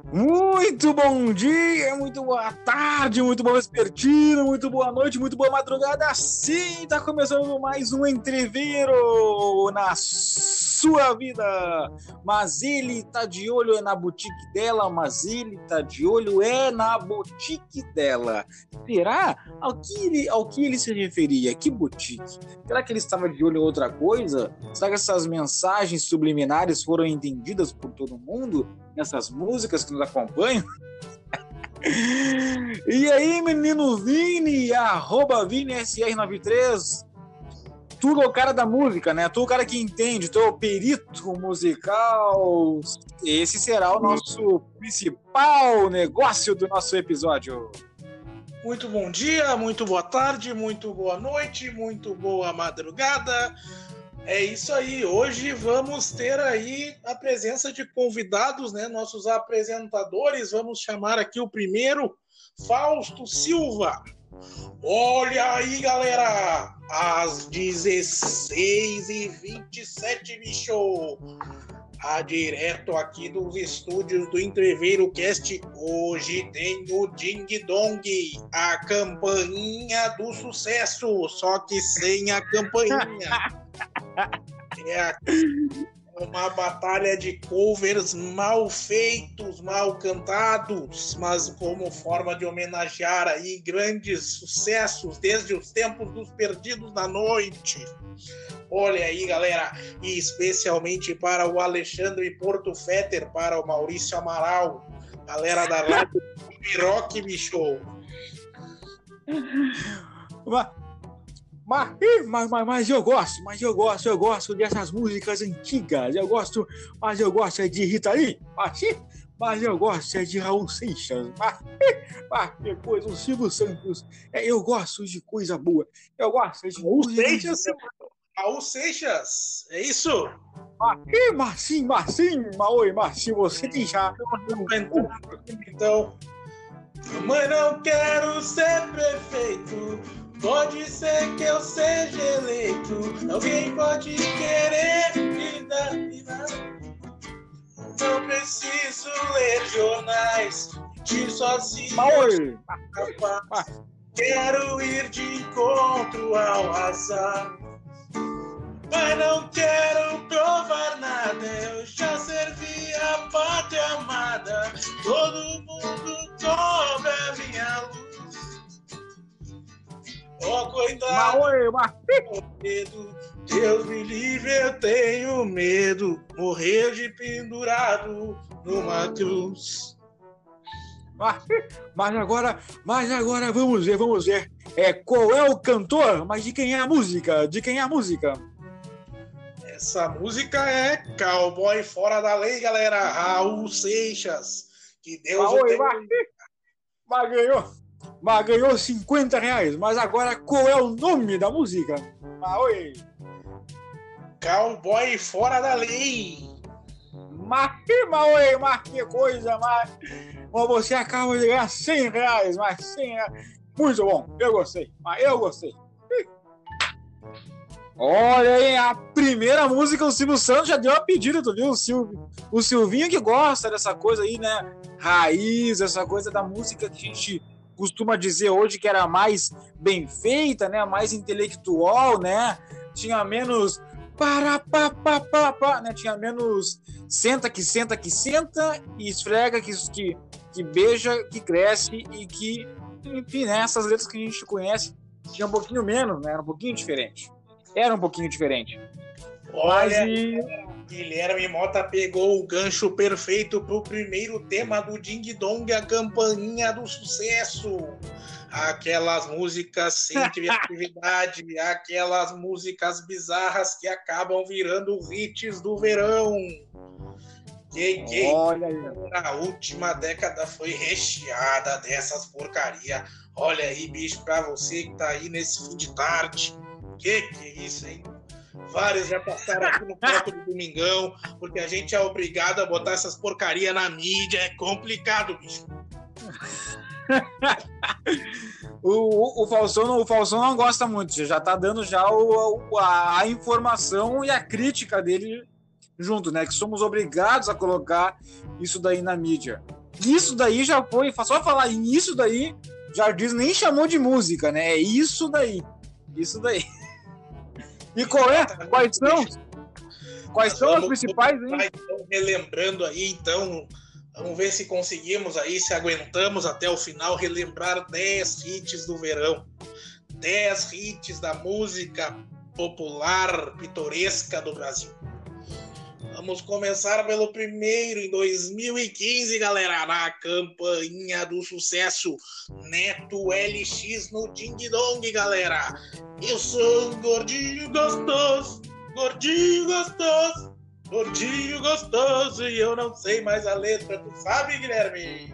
Muito bom dia, muito boa tarde, muito bom vespertino, muito boa noite, muito boa madrugada. Sim, tá começando mais um entreveiro na sua vida. Mas ele tá de olho na boutique dela, mas ele tá de olho na boutique dela. Será? Ao que ele se referia? Que boutique? Será que ele estava de olho em outra coisa? Será que essas mensagens subliminares foram entendidas por todo mundo? Nessas músicas que nos acompanham. E aí, menino Vini, @ViniSR93, tu é o cara da música, né? Tu é o cara que entende, tu é o perito musical. Esse será o nosso principal negócio do nosso episódio. Muito bom dia, muito boa tarde, muito boa noite, muito boa madrugada. É isso aí, hoje vamos ter aí a presença de convidados, né? Nossos apresentadores, vamos chamar aqui o primeiro, Fausto Silva. Olha aí, galera, às 16h27, bicho. Direto aqui dos estúdios do Entreveiro Cast, hoje tem o Ding Dong, a campainha do sucesso, só que sem a campainha. É uma batalha de covers mal feitos, mal cantados, mas como forma de homenagear aí grandes sucessos desde os tempos dos Perdidos da Noite. Olha aí, galera, e especialmente para o Alexandre Porto Fetter, para o Maurício Amaral, galera da Rádio Rock, bicho. Mas eu gosto dessas músicas antigas, eu gosto de Rita Lee, mas eu gosto de Raul Seixas, mas depois o Silvio Santos, eu gosto de coisa boa, eu gosto de Raul Seixas, Raul Seixas, é isso? Mas sim, você tem já... Então, mas não quero ser prefeito, pode ser que eu seja eleito, alguém pode querer me dar. Não preciso ler jornais, de sozinho. Quero ir de encontro ao azar, mas não quero provar nada. Eu já servi a pátria amada, todo mundo cobra a minha luz. Coitado, medo, Deus me livre, eu tenho medo, morrer de pendurado numa cruz. Mas agora vamos ver. Qual é o cantor? Mas de quem é a música? Essa música é Cowboy Fora da Lei, galera. Raul Seixas. Que Deus o tenha. Mas ganhou R$50. Mas agora qual é o nome da música? Cowboy Fora da Lei. Mas que coisa, mas você acaba de ganhar R$100, mas R$100. Muito bom, eu gostei. Olha aí, a primeira música, o Silvio Santos já deu a pedida, tu viu? O Silvinho que gosta dessa coisa aí, né? Raiz, essa coisa da música que a gente costuma dizer hoje que era mais bem feita, né? Mais intelectual, né? Tinha menos né? Tinha menos senta, e esfrega, que beija, que cresce e que, enfim, né? Essas letras que a gente conhece tinha um pouquinho menos, né? Era um pouquinho diferente. Olha, Guilherme Mota pegou o gancho perfeito pro primeiro tema do Ding Dong, a campainha do sucesso. Aquelas músicas sem criatividade, aquelas músicas bizarras que acabam virando hits do verão. Olha aí. A última década foi recheada dessas porcaria. Olha aí, bicho, pra você que tá aí nesse fim de tarde. Que é isso, hein? Vários já passaram aqui no palco do Domingão, porque a gente é obrigado a botar essas porcaria na mídia. É complicado, bicho. O Falsão não gosta muito, já tá dando já a informação e a crítica dele junto, né? Que somos obrigados a colocar isso daí na mídia. isso daí já foi, só falar em isso daí, já diz, nem chamou de música, né? É isso daí. Isso daí. E quais são as principais, hein? Então, relembrando aí, então, vamos ver se conseguimos aí, se aguentamos até o final, relembrar 10 hits do verão. 10 hits da música popular pitoresca do Brasil. Vamos começar pelo primeiro, em 2015, galera, na campainha do sucesso, Neto LX no Ding Dong, galera. Eu sou um gordinho gostoso, gordinho gostoso, gordinho gostoso, e eu não sei mais a letra, tu sabe, Guilherme?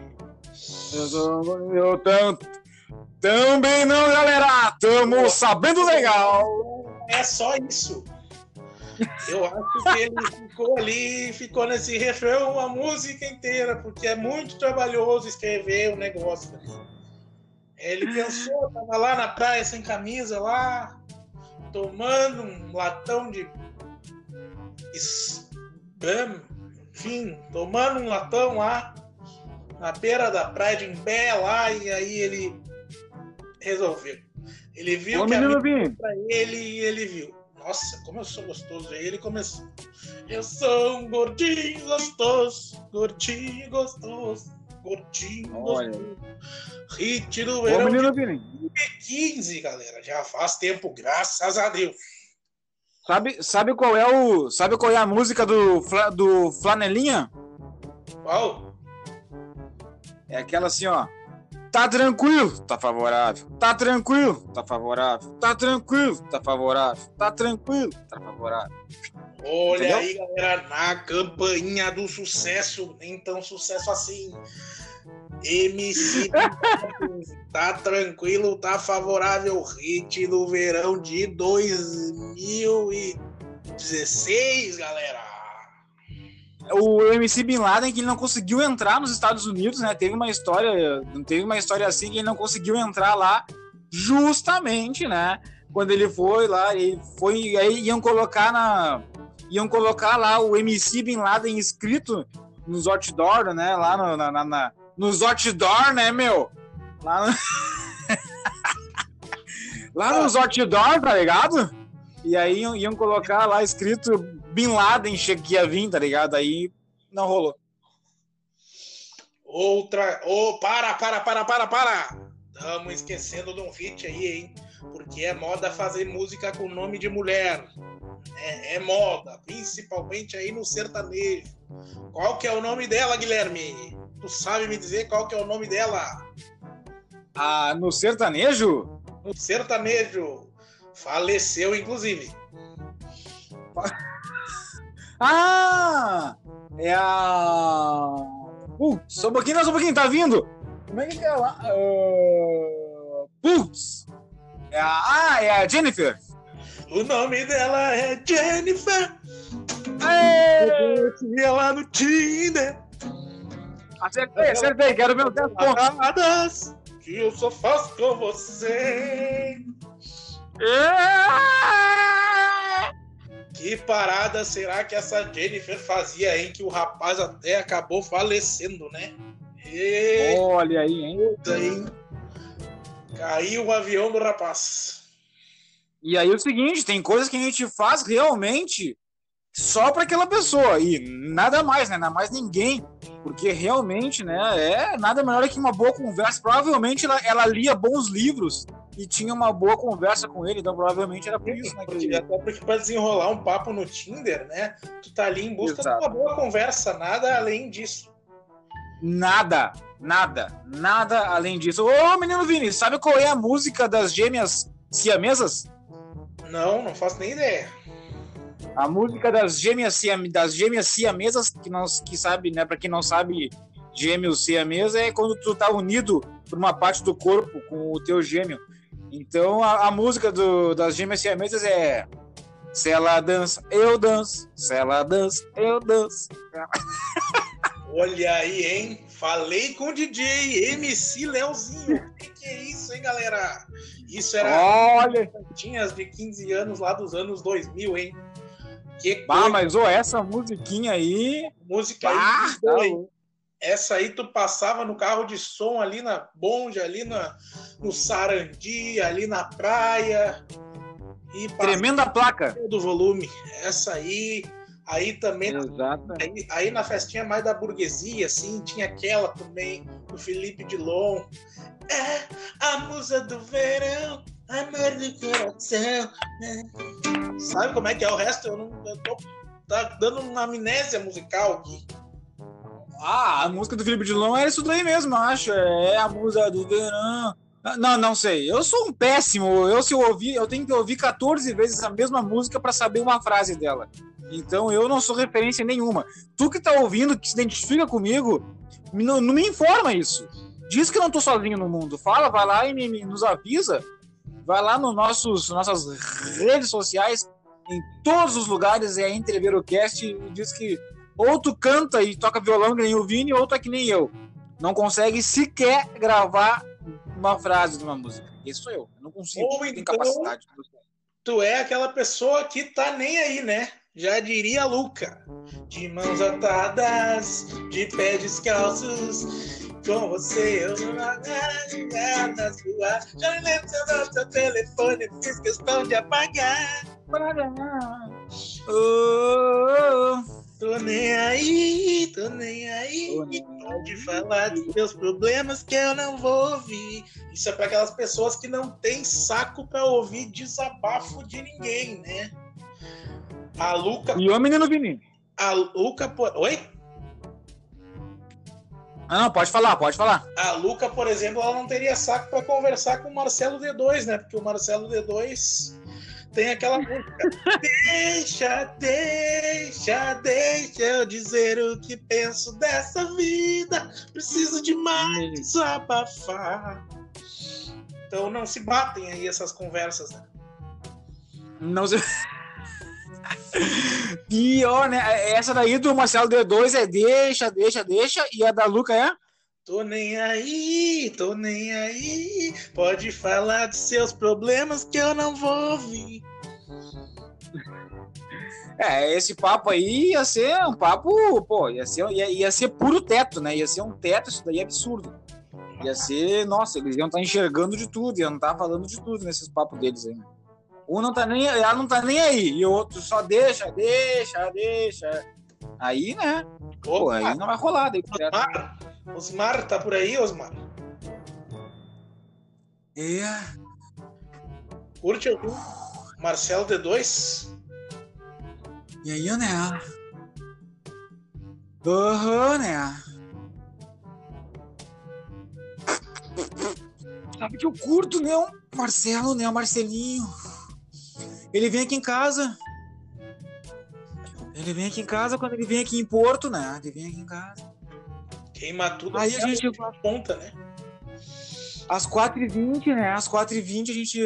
Eu também não, galera, tamo sabendo legal. É só isso. Eu acho que ele ficou nesse refrão a música inteira, porque é muito trabalhoso escrever o negócio. Ele pensou, tava lá na praia sem camisa, lá, tomando um latão de spam, enfim, tomando um latão lá, na beira da praia de Imbé, lá, e aí ele resolveu. Ele viu que a vida pra ele e ele viu. Nossa, como eu sou gostoso. Aí ele começou. Eu sou um gordinho gostoso, gordinho gostoso, gordinho gostoso. Hit do verão de 2015, galera. Já faz tempo, graças a Deus. Sabe qual é a música do Flanelinha? Qual? É aquela assim, ó. Tá tranquilo, tá favorável. Tá tranquilo, tá favorável. Tá tranquilo, tá favorável. Tá tranquilo, tá favorável. Olha, entendeu? Aí, galera, na campainha do sucesso, nem tão sucesso assim. MC tá tranquilo, tá favorável. Hit do verão de 2016, galera. O MC Bin Laden, que ele não conseguiu entrar nos Estados Unidos, né? Teve uma história assim que ele não conseguiu entrar lá, justamente, né? Quando ele foi lá, aí iam colocar lá o MC Bin Laden escrito nos outdoor, né? Lá nos outdoor, né, meu? Lá nos outdoor, tá ligado? E aí iam colocar lá escrito Bin Laden que ia vir, tá ligado? Aí não rolou. Outra... Para! Estamos esquecendo de um hit aí, hein? Porque é moda fazer música com nome de mulher. É moda, principalmente aí no sertanejo. Qual que é o nome dela, Guilherme? Tu sabe me dizer qual que é o nome dela? No sertanejo? No sertanejo. Faleceu, inclusive. É a... só um pouquinho, tá vindo. Como é que é lá? É a Jennifer. O nome dela é Jennifer. Eu conheci ela no Tinder. Acertei, quero ver os 10 pontos. Que eu só faço com você. Que parada será que essa Jennifer fazia, hein? Que o rapaz até acabou falecendo, né? Olha aí, hein? Caiu o avião do rapaz. E aí o seguinte, tem coisas que a gente faz realmente só para aquela pessoa e nada mais, né? Nada mais ninguém, porque realmente, né? É nada melhor que uma boa conversa. Provavelmente ela lia bons livros e tinha uma boa conversa com ele, então provavelmente era por isso, né? Até porque para desenrolar um papo no Tinder, né? Tu tá ali em busca de uma boa conversa, nada além disso. Nada além disso. Ô, menino Vini, sabe qual é a música das gêmeas siamesas? Não faço nem ideia. A música das gêmeas siamesas, que sabe, né? Pra quem não sabe, gêmeos siameses é quando tu tá unido por uma parte do corpo com o teu gêmeo. Então a música das gêmeas siamesas é: se ela dança, eu danço. Se ela dança, eu danço. Olha aí, hein? Falei com o DJ MC Leozinho. O que é isso, hein, galera? Isso era tinhas de 15 anos lá dos anos 2000, hein? Mas essa musiquinha aí... Música aí, Essa aí tu passava no carro de som ali na Bonde, ali no Sarandi, ali na praia. E Tremenda placa. Do volume. Essa aí também. Exato. Aí na festinha mais da burguesia, assim, tinha aquela também, do Felipe Dilon. É a musa do verão, amor do coração. Sabe como é que é o resto? Eu tô tá dando uma amnésia musical aqui. A música do Felipe Dilon era isso daí mesmo, eu acho. É a musa do verão. Não sei. Eu sou um péssimo. Eu tenho que ouvir 14 vezes a mesma música para saber uma frase dela. Então eu não sou referência nenhuma. Tu que tá ouvindo, que se identifica comigo, não me informa isso. Diz que eu não tô sozinho no mundo. Fala, vai lá e nos avisa. Vai lá nos nossas redes sociais, em todos os lugares, é EntreveroCast, e diz que ou tu canta e toca violão que nem o Vini, ou tu é que nem eu. Não consegue sequer gravar uma frase de uma música. Esse sou eu. Não consigo. Ou tenho então, capacidade. Tu é aquela pessoa que tá nem aí, né? Já diria a Luca. De mãos atadas, de pés descalços, com você eu vou na sua. Já lembro seu telefone, fiz questão de apagar. Tô nem aí. Pode falar dos meus problemas que eu não vou ouvir. Isso é para aquelas pessoas que não têm saco para ouvir desabafo de ninguém, né? A Luca. E o menino Vini? A Luca. Oi? Não, pode falar. A Luca, por exemplo, ela não teria saco para conversar com o Marcelo D2, né? Porque o Marcelo D2 tem aquela música. Deixa eu dizer o que penso dessa vida. Preciso demais desabafar. Então não se batem aí essas conversas, né? Não se... Pior, né? Essa daí do Marcelo D2 é deixa, e a da Luca é? Tô nem aí. Pode falar dos seus problemas que eu não vou ouvir. Esse papo aí ia ser um papo, pô, ia ser puro teto, né? Ia ser um teto, isso daí é absurdo. Ia ser, nossa, eles iam estar enxergando de tudo, iam estar falando de tudo nesses papos deles aí, né? Um não tá nem, ela não tá nem aí, e o outro só deixa. Aí, né? Pô, aí não vai rolar. Daí, Osmar, tá por aí, Osmar? Curte algum? Marcelo D2? E aí, né? Né? Sabe que eu curto, né? O Marcelo, né? O Marcelinho. Ele vem aqui em casa. Quando ele vem aqui em Porto, né? Ele vem aqui em casa. Queima tudo. Aí a gente ponta, né? Às 4h20, né? Às 4h20 a gente...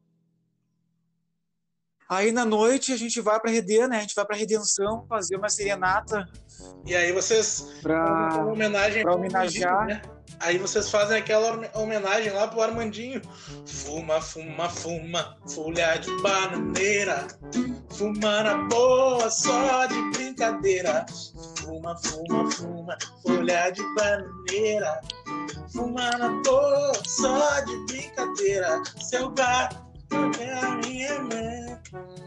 Aí na noite a gente vai pra Redê, né? A gente vai pra Redenção fazer uma serenata. E aí vocês fazem uma homenagem pra homenagear, né? Aí vocês fazem aquela homenagem lá pro Armandinho. Fuma, folha de bananeira. Fuma na boa, só de brincadeira. Fuma, folha de bananeira. Fuma na boa, só de brincadeira. Seu gato é a minha mãe.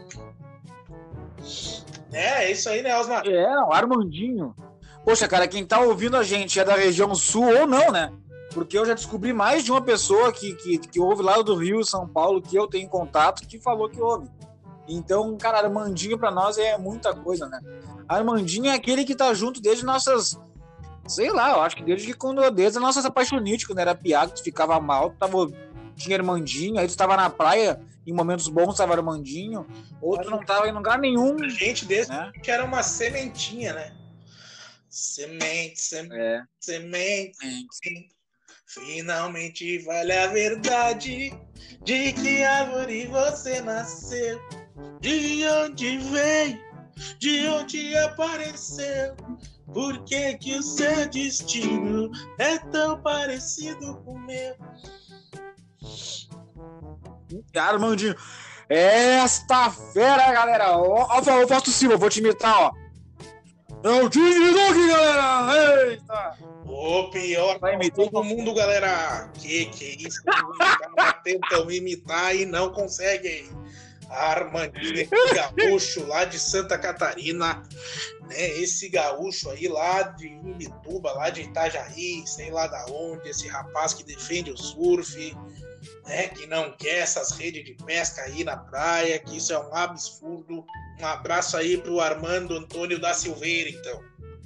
É isso aí, né, Osmar? O Armandinho. Poxa, cara, quem tá ouvindo a gente é da região sul ou não, né? Porque eu já descobri mais de uma pessoa que ouve lá do Rio, São Paulo, que eu tenho contato, que falou que ouve. Então, cara, Armandinho pra nós é muita coisa, né? Armandinho é aquele que tá junto desde nossas... Sei lá, eu acho que desde as nossas apaixonites, quando era piá, que tu ficava mal, tinha Armandinho, aí tu tava na praia, em momentos bons tava Armandinho, outro não tava em lugar nenhum. A gente desse, né? Que era uma sementinha, né? Semente. Finalmente vale a verdade de que árvore você nasceu, de onde veio, de onde apareceu, por que o seu destino é tão parecido com o meu. Armandinho, esta fera, galera. Ó, Fausto Silva, vou te imitar, ó. É o Ding Dong, galera! Eita! O pior Vai imitar do mundo, galera. Que isso? Os caras tentam imitar e não conseguem. Armandinho, gaúcho lá de Santa Catarina, né? Esse gaúcho aí lá de Imbituba, lá de Itajaí, sei lá da onde, esse rapaz que defende o surf, né? Que não quer essas redes de pesca aí na praia, que isso é um absurdo. Um abraço aí pro Armando Antônio da Silveira, então.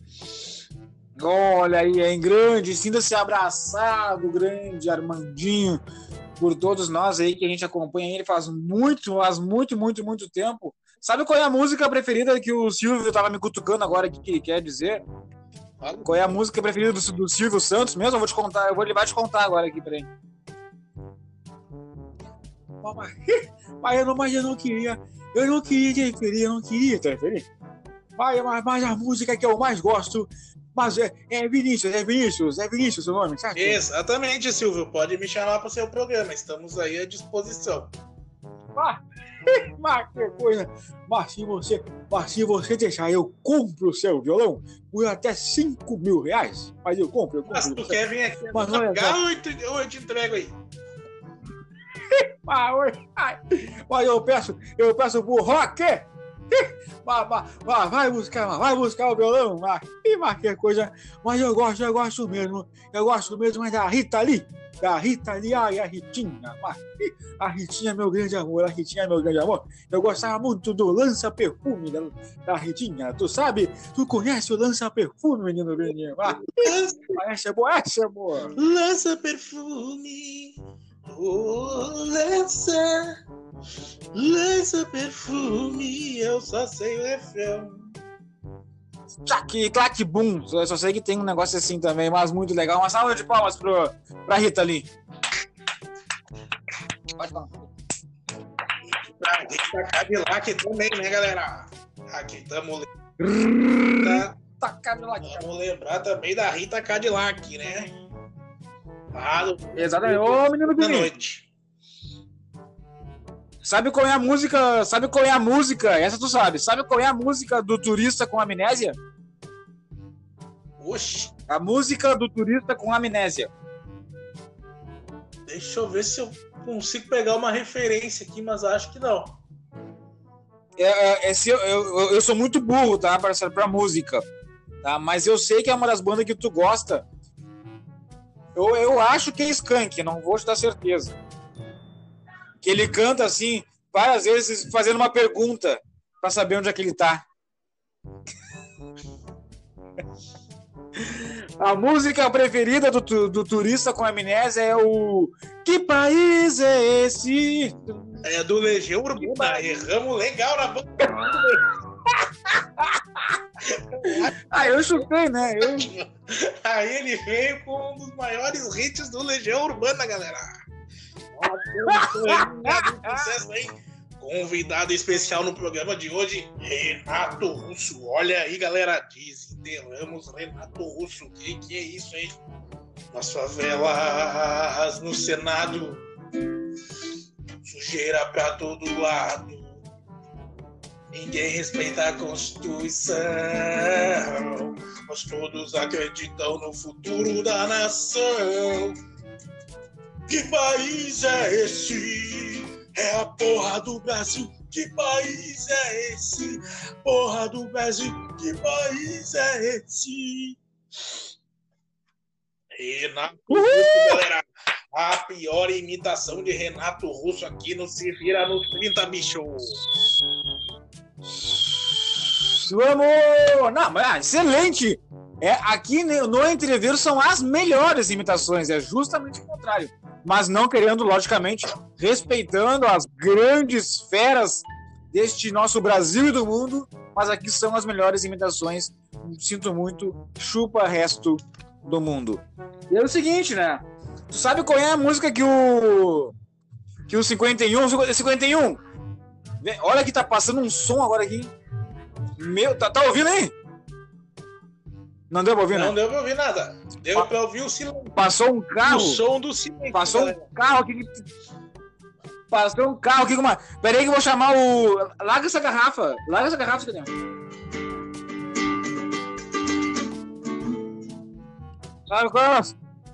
Olha aí, é em grande, sinta-se abraçado, grande Armandinho, por todos nós aí que a gente acompanha ele faz muito tempo. Sabe qual é a música preferida que o Silvio tava me cutucando agora que ele quer dizer? Qual é a música preferida do Silvio Santos mesmo? Eu vou te contar, ele vai te contar agora aqui, peraí. Mas eu não queria interferir. Mas a música que eu mais gosto, mas é Vinícius o nome, sabe? Exatamente, Silvio, pode me chamar para o seu programa, estamos aí à disposição. Mas que coisa, mas se você deixar, eu compro o seu violão por até 5 mil reais, mas eu compro. Mas tu quer vir aqui mas eu te entrego aí. Mas eu peço pro Rock. Vai buscar o violão, mas que coisa. Mas eu gosto mesmo mas da Rita Lee, ai, a Ritinha, a Ritinha é meu grande amor, eu gostava muito do lança-perfume da Ritinha, tu sabe, tu conhece o lança-perfume, menino Beninho, essa é boa, lança-perfume, lança perfume, eu só sei o refrão. Claque bum, eu só sei que tem um negócio assim também, mas muito legal. Uma salva de palmas pra Rita ali. Pode falar. Pra Rita Cadillac também, né, galera? Aqui estamos Vamos lembrar também da Rita Cadillac, né? Exatamente. Ô, menino da noite. Sabe qual é a música? Essa tu sabe. Sabe qual é a música do Turista com Amnésia? Oxi. A música do Turista com Amnésia. Deixa eu ver se eu consigo pegar uma referência aqui, mas acho que não. Eu sou muito burro, tá? Pra música. Tá? Mas eu sei que é uma das bandas que tu gosta. Eu acho que é Skank, não vou te dar certeza. Que ele canta assim, várias vezes, fazendo uma pergunta pra saber onde é que ele tá. A música preferida do Turista com Amnésia é o Que País é Esse? É do Legião Urbana, erramos legal na banda. Eu chutei, né? Aí ele veio com um dos maiores hits do Legião Urbana, galera. Convidado especial no programa de hoje, Renato Russo. Olha aí, galera, desenterramos Renato Russo. Que é isso, hein? Nas favelas, no Senado, sujeira pra todo lado. Ninguém respeita a Constituição, mas todos acreditam no futuro da nação. Que país é esse? É a porra do Brasil. Que país é esse? Porra do Brasil. Que país é esse? Renato Russo, galera. A pior imitação de Renato Russo aqui no Se Vira nos 30, bicho. Vamos! Não, mas excelente! Aqui no Entrever são as melhores imitações, é justamente o contrário. Mas não querendo, logicamente, respeitando as grandes feras deste nosso Brasil e do mundo, mas aqui são as melhores imitações. Sinto muito, chupa resto do mundo. E é o seguinte, né? Tu sabe qual é a música que o 51? Olha que tá passando um som agora aqui. Meu, tá ouvindo aí? Não deu pra ouvir, Não deu pra ouvir nada. Deu pra ouvir o silêncio. Passou um carro. O som do silêncio. Passou um carro aqui. Passou um carro aqui com uma. Pera aí que eu vou chamar o. Larga essa garrafa aqui dentro. Sabe qual é?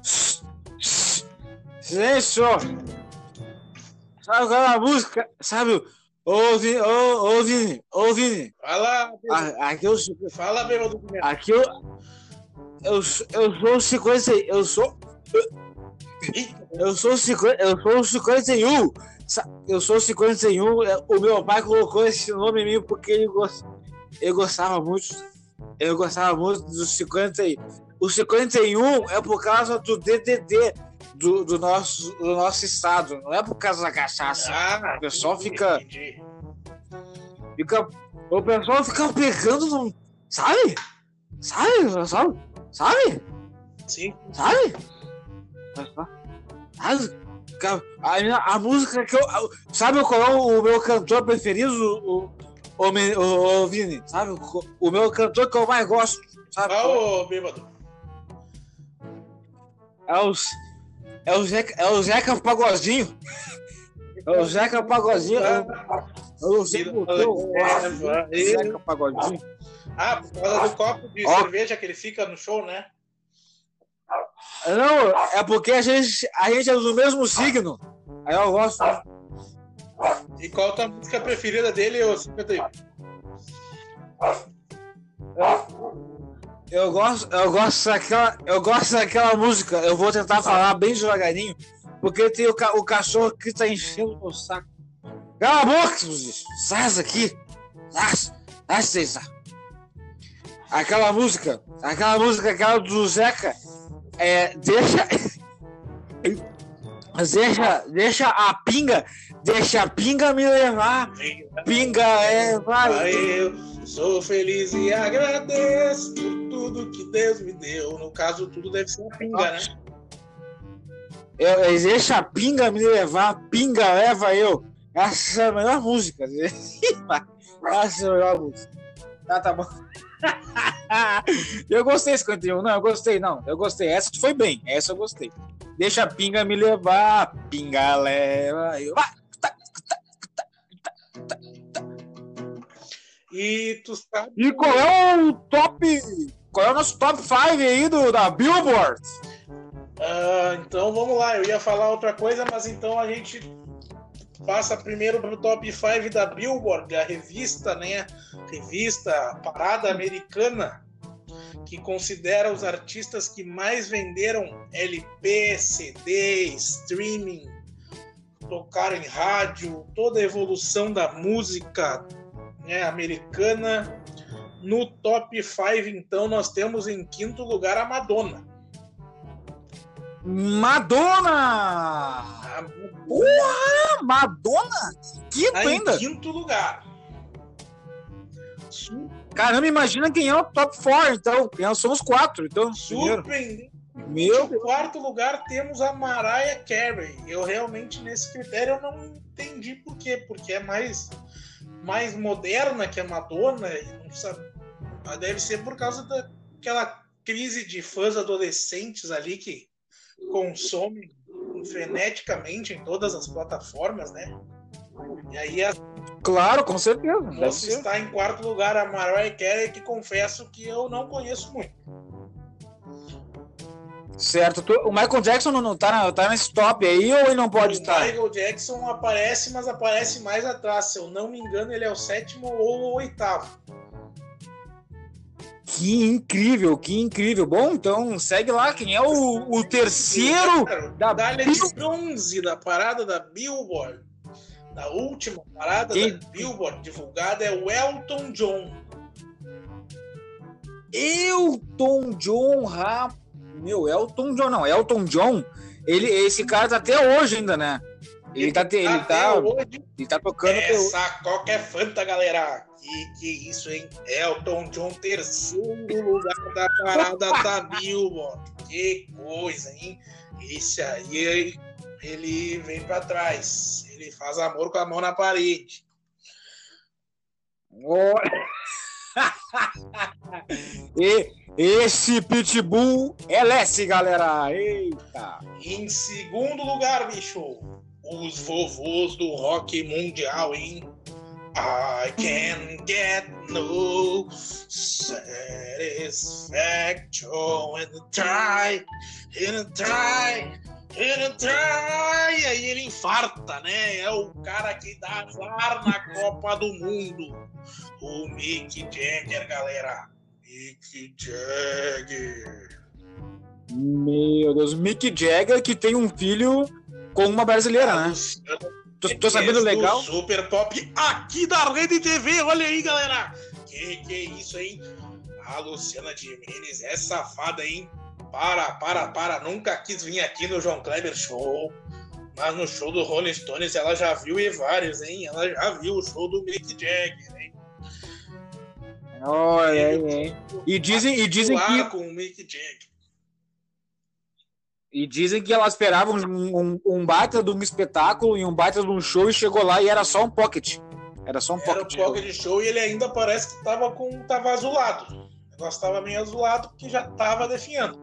Silêncio! Sabe qual é a música? Sabe? Ô, Vini. Fala, Aqui eu... Fala, bêbado. Aqui eu sou o 50... Eu sou o 51. Eu sou o 51. O meu pai colocou esse nome em mim porque ele gostava muito. Eu gostava muito dos 51. O 51 é por causa do DDD do nosso estado. Não é por causa da cachaça. O pessoal fica... O pessoal fica pegando no... Sabe? Sim. Sabe? A música que eu... Sabe qual é o meu cantor preferido? O Vini? Sabe? O meu cantor que eu mais gosto. Sabe? Ô, bêbado. É o Zeca Pagodinho. É o Zeca Pagodinho. Eu não sei por que eu gosto do Zeca Pagodinho. Por causa do copo de cerveja que ele fica no show, né? Não, é porque a gente é do mesmo signo. Aí eu gosto. E qual a tua música preferida dele, ô 51? Eu gosto daquela música. Eu vou tentar falar bem devagarinho, porque tem o cachorro que tá enchendo o saco. Cala a boca, sai aqui. Sai. Aquela música do Zeca, deixa a pinga me levar. Pinga vai. Eu sou feliz e agradeço por tudo que Deus me deu. No caso, tudo deve ser uma pinga, né? Deixa a pinga me levar, pinga leva eu. Essa é a melhor música. Essa é a melhor música. Tá bom. Eu gostei desse cantinho. Não, eu gostei. Essa foi bem. Essa eu gostei. Deixa a pinga me levar. Pinga leva. E tu sabe. E qual é o top? Qual é o nosso top 5 aí da Billboard? Então vamos lá. Eu ia falar outra coisa, mas então a gente passa primeiro pro top 5 da Billboard, a revista, né? Revista Parada Americana, que considera os artistas que mais venderam LP, CD, streaming, tocaram em rádio, toda a evolução da música, né, americana. No top 5, então, nós temos em quinto lugar a Madonna. Porra! Madonna? Quinto ainda? Em quinto lugar. Caramba, imagina quem é o top 4, então. Nós somos 4, então. Surpreendente. No quarto lugar temos a Mariah Carey. Eu realmente, nesse critério, eu não entendi por quê. Porque é mais moderna que a Madonna. E não sabe, deve ser por causa daquela crise de fãs adolescentes ali que consomem freneticamente em todas as plataformas, né? E aí claro, com certeza. Você está em quarto lugar a Mariah Carey, que confesso que eu não conheço muito. Certo. O Michael Jackson não tá nesse top aí ou ele não pode estar? O Michael Jackson aparece, mas aparece mais atrás. Se eu não me engano, ele é o 7º ou o 8º. Que incrível. Bom, então segue lá. Quem é o terceiro da bronze da parada da Billboard? Da última parada da Billboard divulgada é o Elton John. Elton John, esse cara tá até hoje ainda, né? Ele tá tocando qualquer fanta, galera. Que isso, hein? Elton John, terceiro lugar da parada da Billboard. Que coisa, hein? Esse aí, ele vem pra trás. Ele faz amor com a mão na parede. Esse Pitbull é lesse, galera. Eita. Em segundo lugar, bicho, os vovôs do rock mundial, hein? I can get no satisfaction and try. E aí ele infarta, né? É o cara que dá azar na Copa do Mundo. O Mick Jagger, galera. Mick Jagger. Meu Deus, Mick Jagger que tem um filho com uma brasileira, né? Tô sabendo legal? Super Pop aqui da Rede TV, olha aí, galera. Que é isso, hein? A Luciana Gimenez é safada, hein? Para, nunca quis vir aqui no João Kleber Show, mas no show do Rolling Stones ela já viu e vários, hein? Ela já viu o show do Mick Jagger, hein? Olha aí, hein? E dizem que com o Mick Jagger. E dizem que ela esperava um baita de um espetáculo e um baita de um show e chegou lá e era só um pocket. Era só um pocket. Era um pocket show e ele ainda parece que tava azulado. O negócio tava meio azulado porque já tava definhando.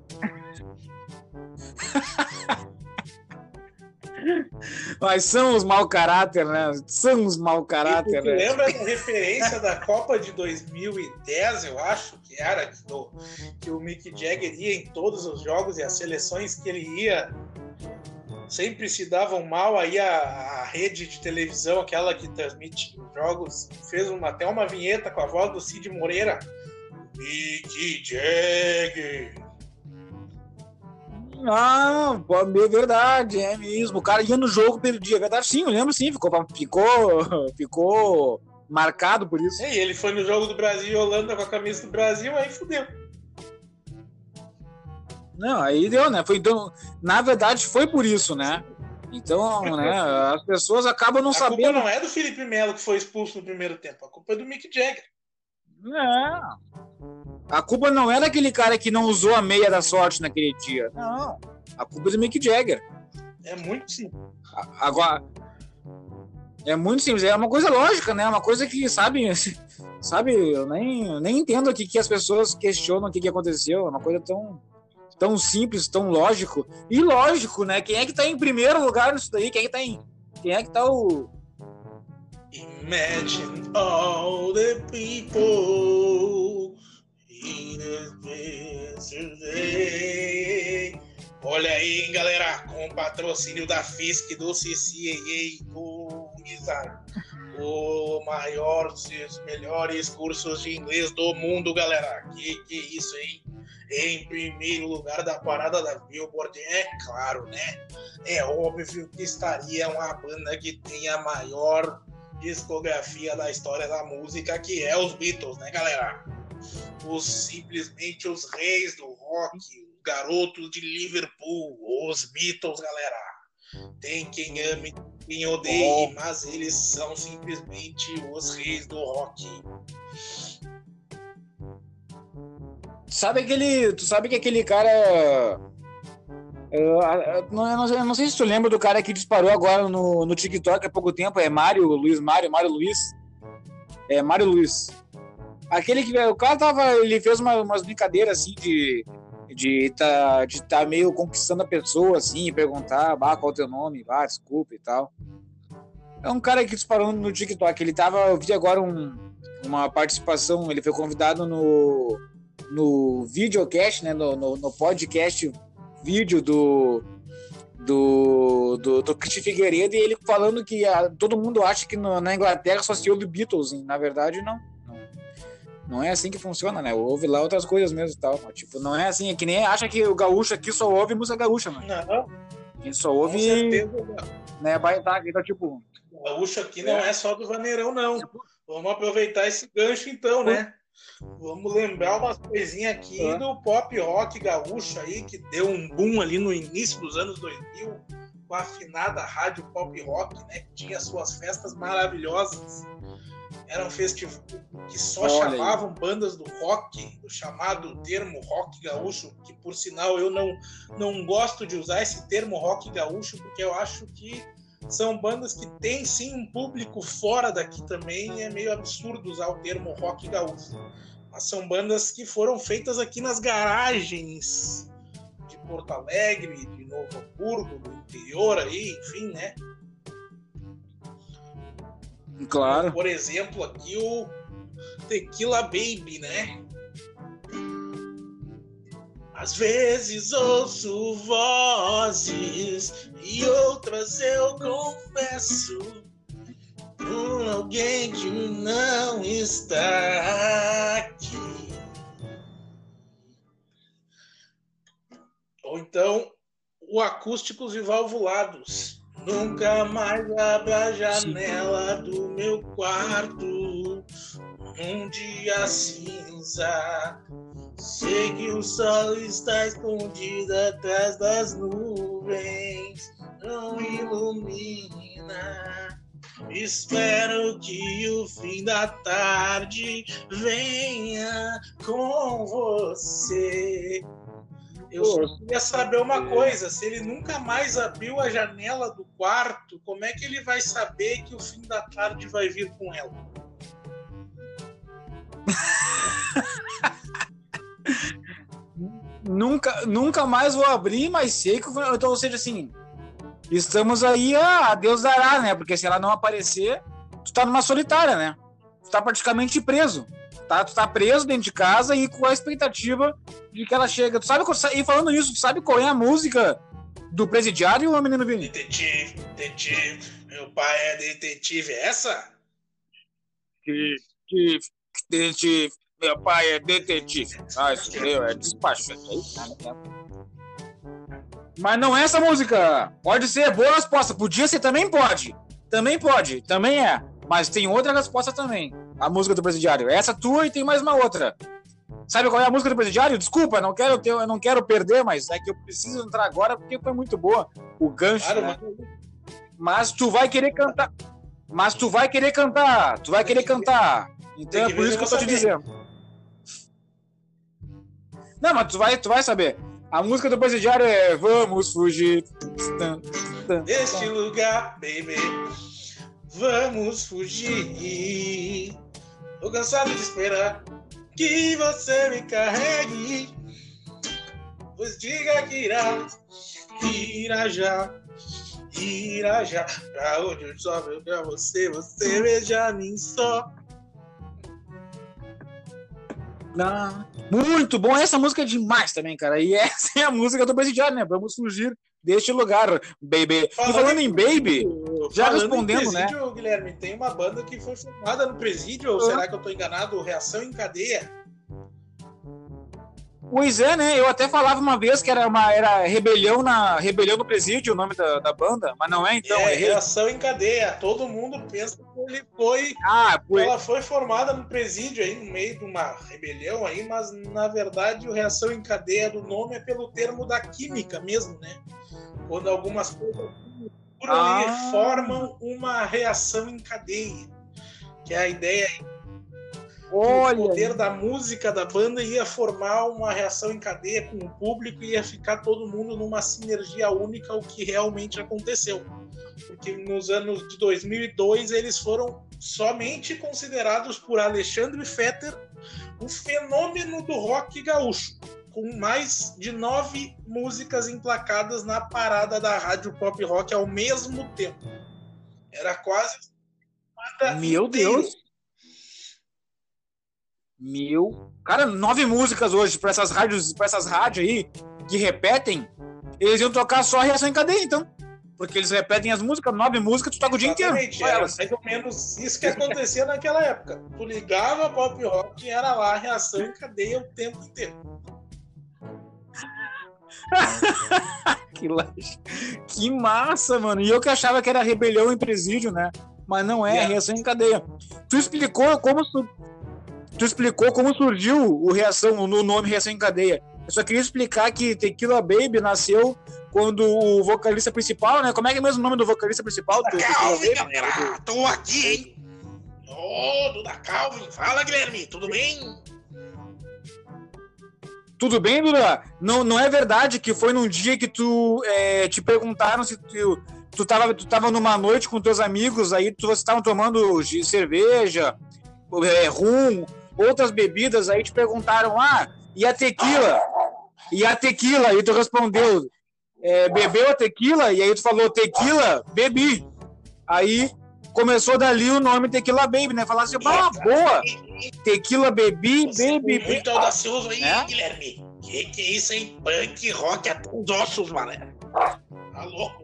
Mas são os mau caráter, né? São os mau caráter, né? Lembra da referência da Copa de 2010, eu acho que era, que o Mick Jagger ia em todos os jogos e as seleções que ele ia sempre se davam mal, aí a rede de televisão, aquela que transmite os jogos, fez até uma vinheta com a voz do Cid Moreira. Mick Jagger. Ah, é verdade, é mesmo. O cara ia no jogo, perdia. É verdade, sim, eu lembro, sim. Ficou marcado por isso. E ele foi no jogo do Brasil e Holanda com a camisa do Brasil, aí fudeu. Não, aí deu, né? Então, na verdade, foi por isso, né? Então, né, as pessoas acabam não sabendo. A culpa não é do Felipe Melo que foi expulso no primeiro tempo, a culpa é do Mick Jagger. A culpa não é daquele cara que não usou a meia da sorte naquele dia. Não. A culpa é do Mick Jagger. É muito simples. Agora, é muito simples. É uma coisa lógica, né? Uma coisa que, sabe, eu nem entendo aqui que as pessoas questionam o que aconteceu. É uma coisa tão simples, tão lógico. E lógico, né? Quem é que tá em primeiro lugar nisso daí? Quem é que tá o... Imagine all the people in the yesterday. Olha aí, galera, com o patrocínio da FISC, do CCAA, do Unizar, o maior dos melhores cursos de inglês do mundo, galera. Que isso, hein? Em primeiro lugar da parada da Billboard, é claro, né? É óbvio que estaria uma banda que tem a maior discografia da história da música, que é os Beatles, né, galera? Simplesmente os reis do rock, os garotos de Liverpool, os Beatles, galera. Tem quem ame, quem odeie, mas eles são simplesmente os reis do rock. Tu sabe que aquele cara... Eu não sei se tu lembra do cara que disparou agora no TikTok há pouco tempo, é Mário Luiz. É Mário Luiz. Aquele que o cara ele fez umas brincadeiras assim de tá meio conquistando a pessoa assim, e perguntar, qual é o teu nome, desculpa e tal. É um cara que disparou no TikTok, eu vi agora uma participação, ele foi convidado no videocast, né, no podcast vídeo do Cristian Figueiredo, e ele falando que todo mundo acha que na Inglaterra só se ouve Beatles, e na verdade não é assim que funciona, né? Ouve lá outras coisas mesmo e tal, mas, tipo, não é assim, é que nem acha que o gaúcho aqui só ouve música gaúcha, mano. Não. A gente só ouve, com certeza, né, baitaca, então, tipo... O gaúcho aqui não é só do vaneirão, não. Vamos aproveitar esse gancho, então, né? Vamos lembrar umas coisinhas aqui do pop rock gaúcho aí, que deu um boom ali no início dos anos 2000, com a afinada rádio pop rock, né? Que tinha suas festas maravilhosas. Era um festival que só chamavam bandas do rock, o chamado termo rock gaúcho, que por sinal eu não gosto de usar esse termo rock gaúcho, porque eu acho que são bandas que têm sim um público fora daqui também, é meio absurdo usar o termo rock gaúcho. Mas são bandas que foram feitas aqui nas garagens de Porto Alegre, de Novo Hamburgo, do interior aí, enfim, né? Claro. Por exemplo, aqui o Tequila Baby, né? Às vezes ouço vozes e outras eu confesso por alguém que não está aqui. Ou então, o Acústicos e Valvulados. Nunca mais abra a janela do meu quarto num dia cinza. Sei que o sol está escondido atrás das nuvens, não ilumina. Espero que o fim da tarde venha com você. Eu só queria saber uma coisa, se ele nunca mais abriu a janela do quarto, como é que ele vai saber que o fim da tarde vai vir com ela? Nunca mais vou abrir, mas sei que... Então, ou seja, assim, estamos aí a Deus dará, né? Porque se ela não aparecer, tu tá numa solitária, né? Tu tá praticamente preso. Tá? Tu tá preso dentro de casa e com a expectativa de que ela chega. Tu sabe, e falando nisso, tu sabe qual é a música do Presidiário, meu menino Vini? Detetive, meu pai é detetive. É essa? Detetive, meu pai é detetive. Ah, isso é despacho. Mas não é essa música. Pode ser, boa resposta. Podia ser, também pode. Também pode, também é. Mas tem outra resposta também. A música do Presidiário. Essa tua e tem mais uma outra. Sabe qual é a música do Presidiário? Desculpa, eu não quero perder, mas é que eu preciso entrar agora porque foi muito boa. O gancho, claro, né? Mas tu vai querer cantar. Tu vai querer cantar. Então é por isso que eu tô te dizendo. Não, mas tu vai saber. A música do Presidiário é Vamos Fugir deste lugar, baby. Vamos fugir. Tô cansado de esperar que você me carregue. Pois diga que irá já. Pra onde eu sobe pra você veja mim só. Não. Muito bom, essa música é demais também, cara. E essa é a música do Presidiário, né? Vamos fugir deste lugar, baby. E falando em baby, já respondendo, presídio, né? Guilherme, tem uma banda que foi formada no Presídio, ou será que eu tô enganado? Reação em Cadeia. Pois é, né? Eu até falava uma vez que era Rebelião no Presídio, o nome da banda, mas não é, então. Reação em Cadeia. Todo mundo pensa que ele foi. Ela foi formada no Presídio aí, no meio de uma rebelião aí, mas na verdade o Reação em Cadeia do nome é pelo termo da química mesmo, né? Quando algumas coisas e formam uma reação em cadeia. Que é a ideia aí. O poder da música da banda ia formar uma reação em cadeia com o público e ia ficar todo mundo numa sinergia única, o que realmente aconteceu. Porque nos anos de 2002 eles foram somente considerados por Alexandre Fetter um fenômeno do rock gaúcho, com mais de 9 músicas emplacadas na parada da rádio pop rock ao mesmo tempo. Era quase... Meu Deus! Cara, 9 músicas hoje pra essas rádios aí que repetem, eles iam tocar só a Reação em Cadeia, então. Porque eles repetem as músicas, 9 músicas, tu toca o dia inteiro. Era mais ou menos isso que acontecia naquela época. Tu ligava pop rock e era lá a Reação em Cadeia o tempo inteiro. Que massa, mano. E eu que achava que era Rebelião em Presídio, né? Mas não é, Reação em Cadeia. Tu explicou como surgiu no nome Reação em Cadeia. Eu só queria explicar que Tequila Baby nasceu quando o vocalista principal, né? Como é que é mesmo o nome do vocalista principal? Calvin, galera! Tô aqui, hein? Duda Calvin. Fala, Guilherme, tudo bem? Tudo bem, Duda? Não é verdade que foi num dia que te perguntaram se tu tava numa noite com teus amigos, aí vocês estavam tomando cerveja, rum, outras bebidas, aí te perguntaram, e a tequila? Aí tu respondeu, bebeu a tequila? E aí tu falou, tequila? Bebi. Aí começou dali o nome Tequila Baby, né? Falar assim, boa! Tequila Baby, Baby. Muito audacioso aí, Guilherme. Que é isso, hein? Punk rock até os ossos, mané. Tá louco?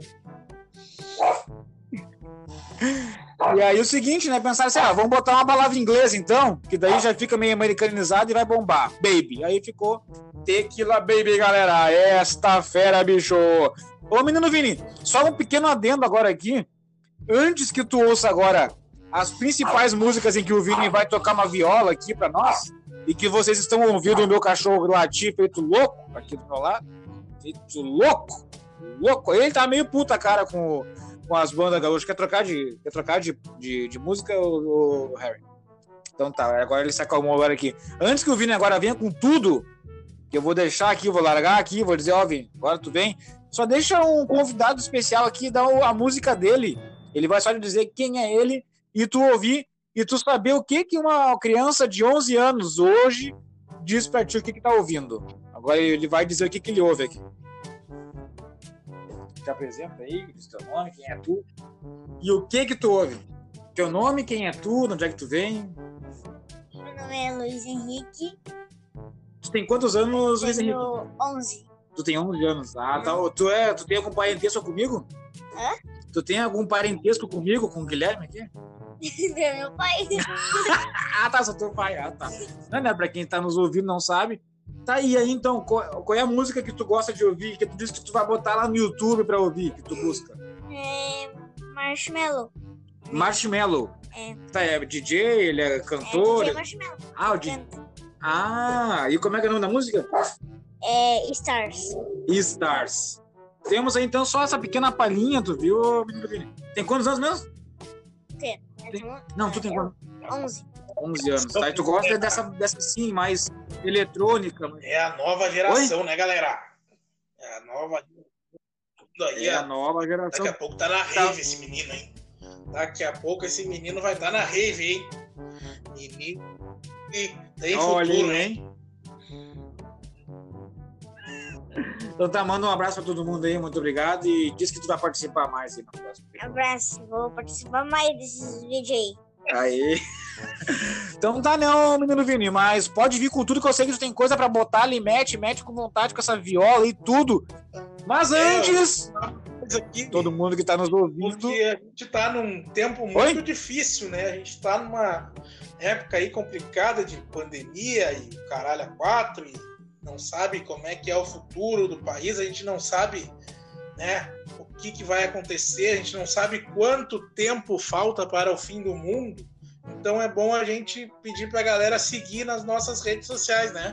E aí o seguinte, né? Pensaram assim, vamos botar uma palavra inglesa então, que daí já fica meio americanizado e vai bombar. Baby. Aí ficou Tequila Baby, galera. Esta fera, bicho. Ô, menino Vini, só um pequeno adendo agora aqui. Antes que tu ouça agora as principais músicas em que o Vini vai tocar uma viola aqui pra nós, e que vocês estão ouvindo o meu cachorro latir feito louco aqui do meu lado, feito louco. Ele tá meio puta cara com as bandas gaúchas. Quer trocar de música, o Harry? Então tá, agora ele se acalmou agora aqui. Antes que o Vini agora venha com tudo, que eu vou deixar aqui, vou largar aqui, vou dizer, Vini, agora tu vem. Só deixa um convidado especial aqui, dá a música dele. Ele vai só te dizer quem é ele, e tu ouvir, e tu saber o que uma criança de 11 anos hoje diz pra ti o que tá ouvindo. Agora ele vai dizer o que ele ouve aqui. Te apresenta aí, diz teu nome, quem é tu, e o que tu ouve. Teu nome, quem é tu, de onde é que tu vem? Meu nome é Luiz Henrique. Tu tem quantos anos, Luiz Henrique? Tenho 11. Tu tem 11 anos. Ah, tá. Tu tem algum parentesco comigo? Hã? Tu tem algum parentesco comigo, com o Guilherme aqui? É meu pai. Tá, sou teu pai. Tá. Não, né? Pra quem tá nos ouvindo não sabe. Tá aí, então, qual é a música que tu gosta de ouvir, que tu disse que tu vai botar lá no YouTube pra ouvir, que tu busca? Marshmello. Marshmello. É. Tá, é DJ, ele é cantor? DJ Marshmello. O DJ. E como é que é o nome da música? Stars. Stars. Temos aí, então, só essa pequena palhinha, tu viu, menino Vini? Tem quantos anos mesmo? Não, tu tem quantos? 11. 11 anos, tá? E tu gosta dessa sim, mais eletrônica. Mas... É a nova geração, né, galera? É a nova... Tudo aí, a nova geração. Daqui a pouco tá na rave esse menino, hein? Daqui a pouco esse menino vai estar na rave, hein? Menino e tem futuro, hein? Então tá, manda um abraço pra todo mundo aí, muito obrigado. E diz que tu vai participar mais aí no próximo. Abraço, vou participar mais desses vídeos aí. Então tá, não, menino Vini, mas pode vir com tudo, que eu sei que tu tem coisa pra botar ali, mete com vontade com essa viola e tudo. Mas antes, aqui, todo mundo que tá nos ouvindo... Porque a gente tá num tempo muito difícil, né? A gente tá numa época aí complicada de pandemia e o caralho a 4, e não sabe como é que é o futuro do país, a gente não sabe, né, o que vai acontecer, a gente não sabe quanto tempo falta para o fim do mundo. Então é bom a gente pedir pra galera seguir nas nossas redes sociais, né?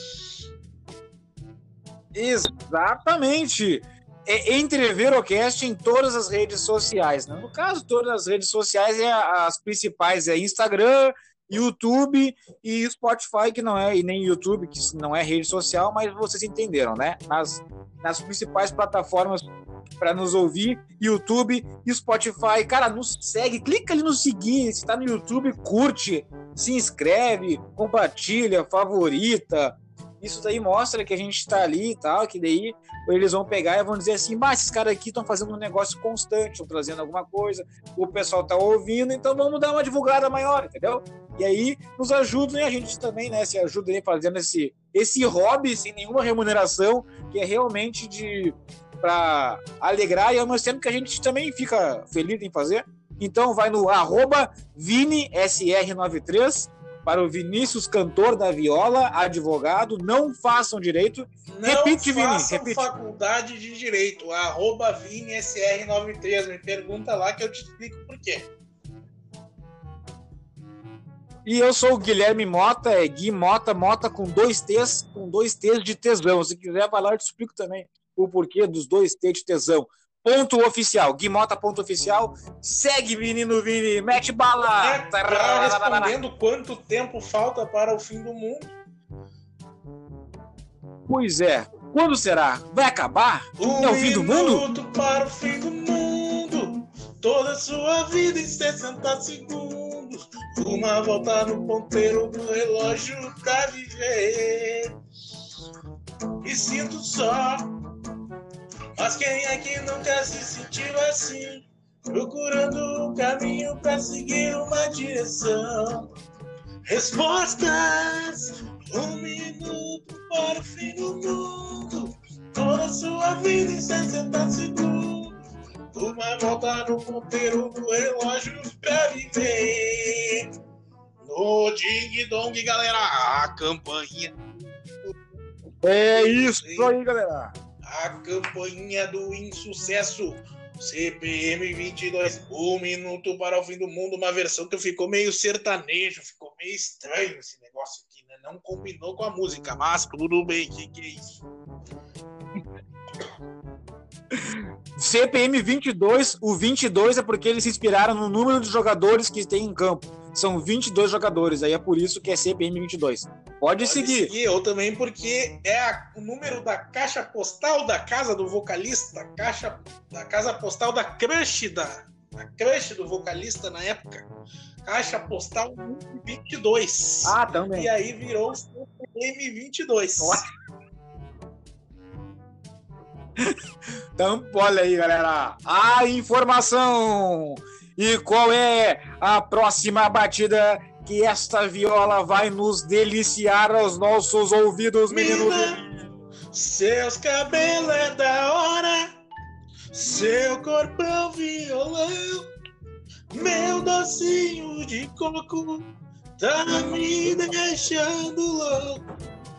Exatamente! Entreverocast em todas as redes sociais, né? No caso, todas as redes sociais as principais Instagram, YouTube e Spotify, que não é, e nem YouTube, que não é rede social, mas vocês entenderam, né? Nas principais plataformas para nos ouvir, YouTube e Spotify. Cara, nos segue, clica ali no seguir, se tá no YouTube, curte, se inscreve, compartilha, favorita. Isso daí mostra que a gente tá ali e tal, que daí eles vão pegar e vão dizer assim, esses caras aqui estão fazendo um negócio constante, estão trazendo alguma coisa, o pessoal tá ouvindo, então vamos dar uma divulgada maior, entendeu? E aí nos ajudam, e a gente também, né, se ajuda aí fazendo esse hobby sem nenhuma remuneração, que é realmente para alegrar, e ao mesmo tempo que a gente também fica feliz em fazer. Então vai no @ViniSR93 para o Vinícius, cantor da viola, advogado. Não façam direito. Repite, Vini. Não façam faculdade de direito. @ViniSR93. Me pergunta lá que eu te explico por quê. E eu sou o Guilherme Mota, Gui Mota, Mota com 2 T's de tesão. Se quiser falar, eu te explico também o porquê dos 2 T de tesão. .oficial, Guimota.oficial. Segue, menino Vini, mete bala. Respondendo quanto tempo falta para o fim do mundo. Pois é, quando será? Vai acabar? É o fim do mundo? Um minuto para o fim do mundo, toda a sua vida em 60 segundos. Uma volta no ponteiro do relógio pra viver. E sinto só, mas quem é que nunca se sentiu assim? procurando um caminho pra seguir uma direção. Respostas, 1 minuto para o fim do mundo. Toda sua vida em 60 segundos. Uma volta no ponteiro do relógio pra viver. No Ding Dong, galera, a campainha. É isso aí, galera. A campainha do insucesso. CPM 22, 1 minuto para o fim do mundo, uma versão que ficou meio sertanejo, ficou meio estranho esse negócio aqui, né? Não combinou com a música, mas tudo bem, que é isso? CPM 22, o 22 é porque eles se inspiraram no número de jogadores que tem em campo. São 22 jogadores, aí é por isso que é CPM 22. Pode seguir. Eu também, porque é o número da caixa postal da casa do vocalista, da casa postal da crush do vocalista na época. Caixa postal 22. Ah, também. E aí virou o CPM 22. Então, olha aí, galera. A informação. E qual é a próxima batida que esta viola vai nos deliciar aos nossos ouvidos, meninos? Seus cabelos é da hora, seu corpão violão, meu docinho de coco tá me deixando louco.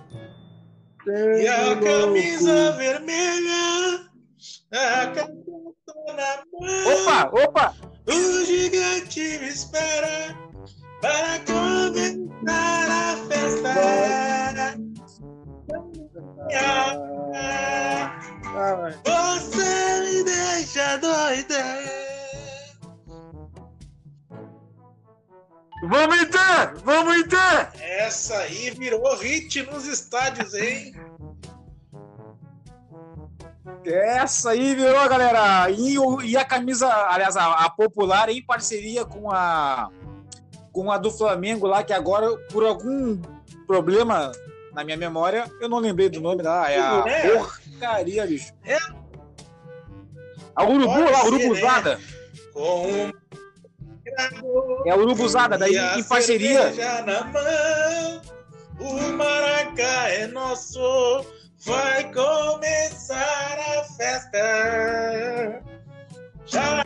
E a camisa vermelha, a caneta na mão. Opa! O gigante me espera para começar a festa. Você me deixa doida. Vamos então! Essa aí virou hit nos estádios, hein? Essa aí virou, galera. E a camisa, aliás, a popular em parceria com a do Flamengo lá, que agora, por algum problema na minha memória, eu não lembrei do nome lá. É a porcaria, bicho. A Urubuzada. É a Urubuzada, daí em parceria. Na mão, o Maracá é nosso. Vai começar a festa. Já.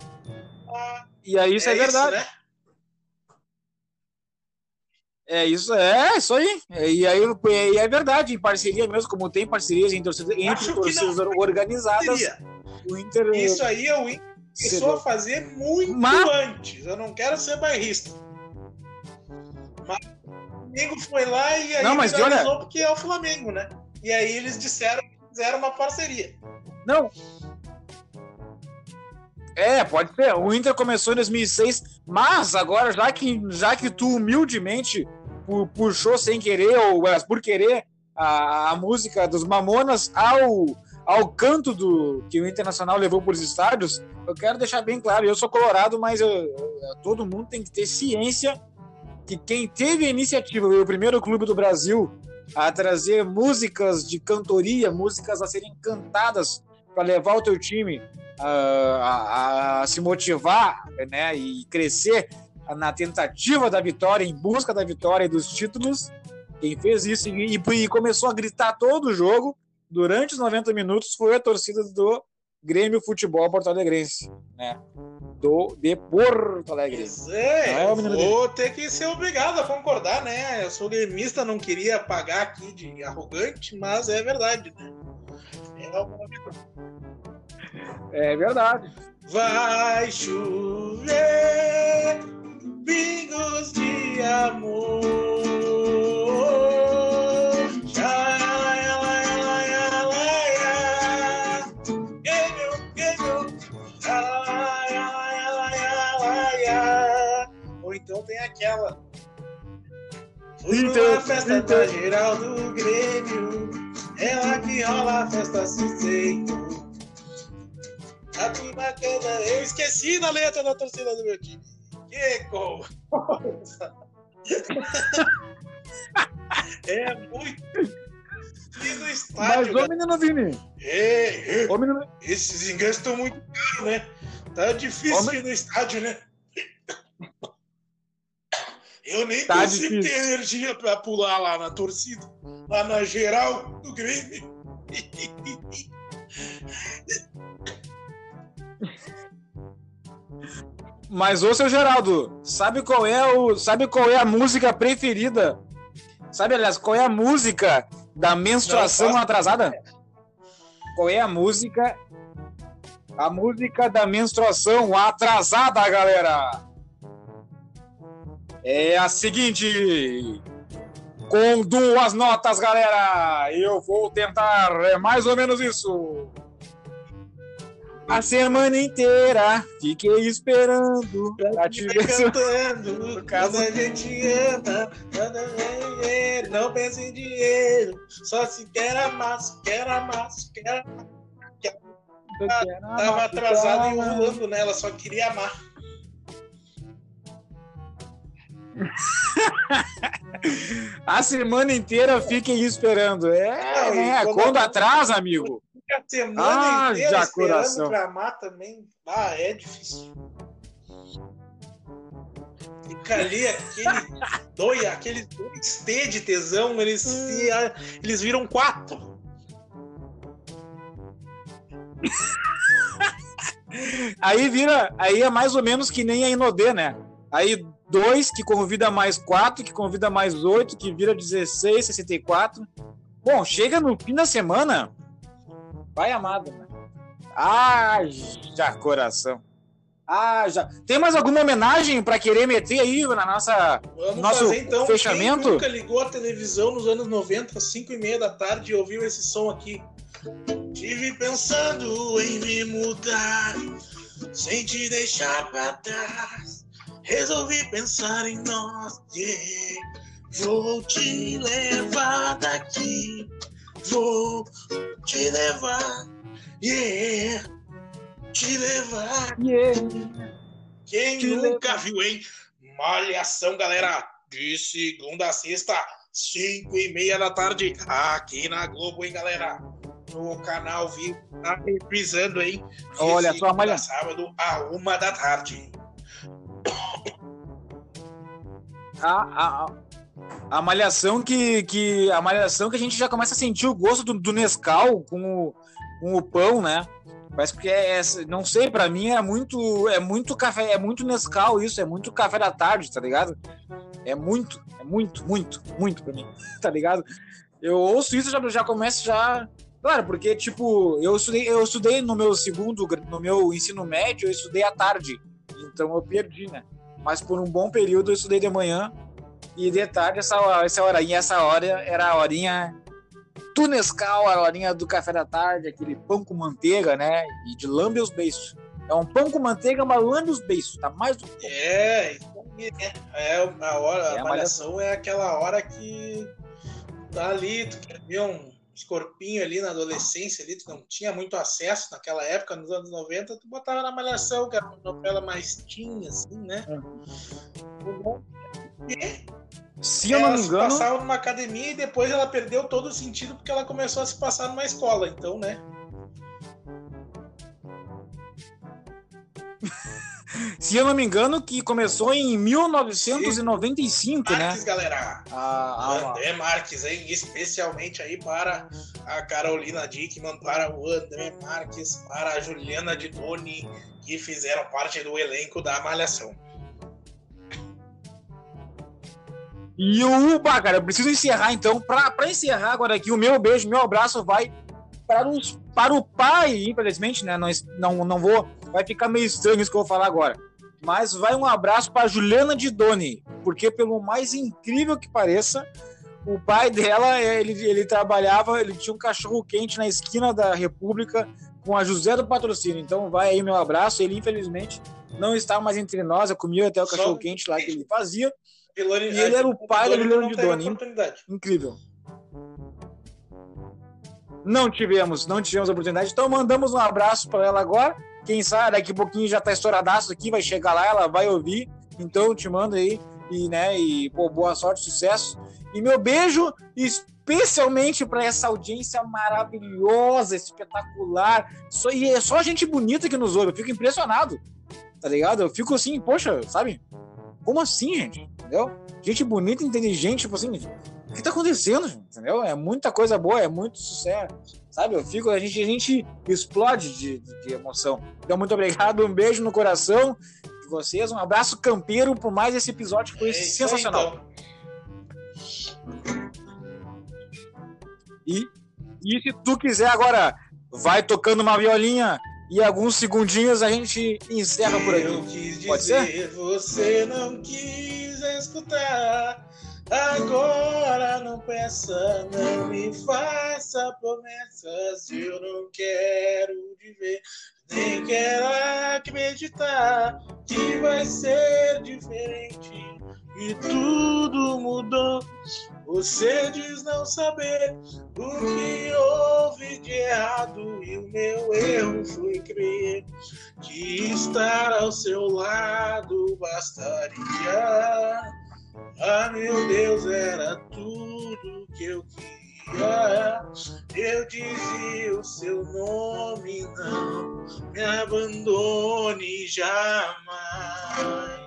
E aí, isso é verdade. Isso, né? Isso aí. E aí é verdade, em parceria mesmo, como tem parcerias entre torcidas organizadas. O Inter. Isso aí o Inter começou a fazer muito antes. Eu não quero ser bairrista. Mas o Flamengo foi lá e aí finalizou porque é o Flamengo, né? E aí eles disseram que fizeram uma parceria. Não. Pode ser. O Inter começou em 2006, mas agora, já que tu humildemente puxou sem querer, ou por querer, a música dos Mamonas ao canto que o Internacional levou para os estádios, eu quero deixar bem claro, eu sou colorado, mas todo mundo tem que ter ciência que quem teve a iniciativa, o primeiro clube do Brasil a trazer músicas de cantoria, músicas a serem cantadas para levar o teu time a se motivar, né, e crescer na tentativa da vitória, em busca da vitória e dos títulos. Quem fez isso e começou a gritar todo o jogo durante os 90 minutos foi a torcida do Grêmio Futebol Porto Alegrense, né? De Porto Alegre. Vou ter que ser obrigado a concordar, né? Eu sou gremista, não queria pagar aqui de arrogante, mas é verdade, né? É verdade. Vai chover pingos de amor. Ou então tem aquela. Fui numa festa da geral do Grêmio, ela que rola a festa suceito. A turma toda. Eu esqueci da letra da torcida do meu time. Que coisa! É muito. E no estádio. Mas, ô menino Vini. Esses ingressos estão muito caros, né? Tá difícil Homem- ir no estádio, né? Eu nem Tá consigo difícil. ter energia pra pular lá na torcida, lá na geral do Grêmio. Mas, ô, seu Geraldo, sabe qual é a música preferida? Sabe, aliás, qual é a música da menstruação Não faço atrasada? Qual é a música? A música da menstruação atrasada, galera. É a seguinte. Com 2 notas, galera. Eu vou tentar. É mais ou menos isso. A semana inteira fiquei esperando pra te ver. Cantando, No caso- quando a gente ama, quando a gente não pensa em dinheiro, só se quer amar, se quer amar, se quer amar. Tava atrasada e enrolando nela, só queria amar. A semana inteira fiquem esperando. Não, e Né? quando- Quando atrasa, amigo. A semana inteira já esperando coração. pra amar também. Ah, é difícil. Fica ali aqueles 2T de tesão, eles viram 4. Aí é mais ou menos que nem a Inodê, né? Aí 2 que convida mais 4, que convida mais 8, que vira 16, 64. Bom, chega no fim da semana, vai amado, né? Ah, já coração. Ah, já. Tem mais alguma homenagem pra querer meter aí na nossa... Vamos Nosso fazer então. fechamento? Quem nunca ligou a televisão nos anos 90, às 5h30 da tarde, e ouviu esse som aqui? Tive pensando em me mudar, sem te deixar pra trás. Resolvi pensar em nós, yeah. Vou te levar daqui, vou te levar, yeah. Te levar. Quem Te nunca viu, hein? Malhação, galera, de segunda a sexta, 5h30 da tarde, aqui na Globo, hein, galera? No canal Vivo, tá reprisando, hein? De Olha só, segunda a Malhação. sábado, à 1 da tarde. A malhação a malhação que a gente já começa a sentir o gosto do Nescau com o pão, né? Parece que não sei, pra mim é muito café, é muito Nescau isso, é muito café da tarde, tá ligado? É muito pra mim, tá ligado? Eu ouço isso já começo já, claro, porque tipo, eu estudei no meu ensino médio, eu estudei à tarde, então eu perdi, né? Mas por um bom período eu estudei de manhã e de tarde essa hora era a horinha do Nescau, a horinha do café da tarde, aquele pão com manteiga, né? E de lambe os beiços. É um pão com manteiga, mas lambe os beiços, tá mais do que... A hora, É a a malhação é aquela hora que tá ali, tu quer ver uns corpinhos ali na adolescência, ali, tu não tinha muito acesso naquela época, nos anos 90, tu botava na malhação, que era uma novela mais teen, assim, né? Se eu não me Ela se engano, passava numa academia e depois ela perdeu todo o sentido porque ela começou a se passar numa escola, então, né? que começou em 1995, né? Marques, galera. André Marques, hein? Especialmente aí para a Carolina Dickman, para o André Marques, para a Juliana de Doni, que fizeram parte do elenco da Malhação. E cara, eu preciso encerrar então. Pra encerrar agora aqui, o meu beijo, meu abraço vai para o pai, infelizmente, né? Não vou. Vai ficar meio estranho isso que eu vou falar agora. Mas vai um abraço para Juliana de Doni, porque pelo mais incrível que pareça, o pai dela, ele trabalhava, ele tinha um cachorro quente na esquina da República com a José do Patrocínio. Então vai aí meu abraço. Ele infelizmente não está mais entre nós. Eu comi até o cachorro quente lá que ele fazia. E ele era o pai da Juliana de Doni. Incrível. Não tivemos a oportunidade. Então mandamos um abraço para ela agora. Quem sabe daqui a pouquinho já tá estouradaço aqui, vai chegar lá, ela vai ouvir. Então eu te mando aí. E boa sorte, sucesso. E meu beijo especialmente para essa audiência maravilhosa, espetacular. E é só gente bonita que nos ouve. Eu fico impressionado, tá ligado? Eu fico assim, poxa, sabe? Como assim, gente? Entendeu? Gente bonita, inteligente, tipo assim, o que tá acontecendo, gente? Entendeu? É muita coisa boa, é muito sucesso, sabe? A gente explode de emoção. Então, muito obrigado, um beijo no coração de vocês, um abraço campeiro por mais esse episódio que foi sensacional. Aí, então. E se tu quiser agora, vai tocando uma violinha e alguns segundinhos a gente encerra por aqui. Eu quis Pode dizer, ser? você não quis escutar. Agora não peça, não me faça promessas. Eu não quero te ver, nem quero acreditar que vai ser diferente. E tudo mudou. Você diz não saber o que houve de errado, e o meu erro foi crer que estar ao seu lado bastaria. Ah, meu Deus, era tudo que eu queria. Eu dizia o seu nome, não me abandone jamais.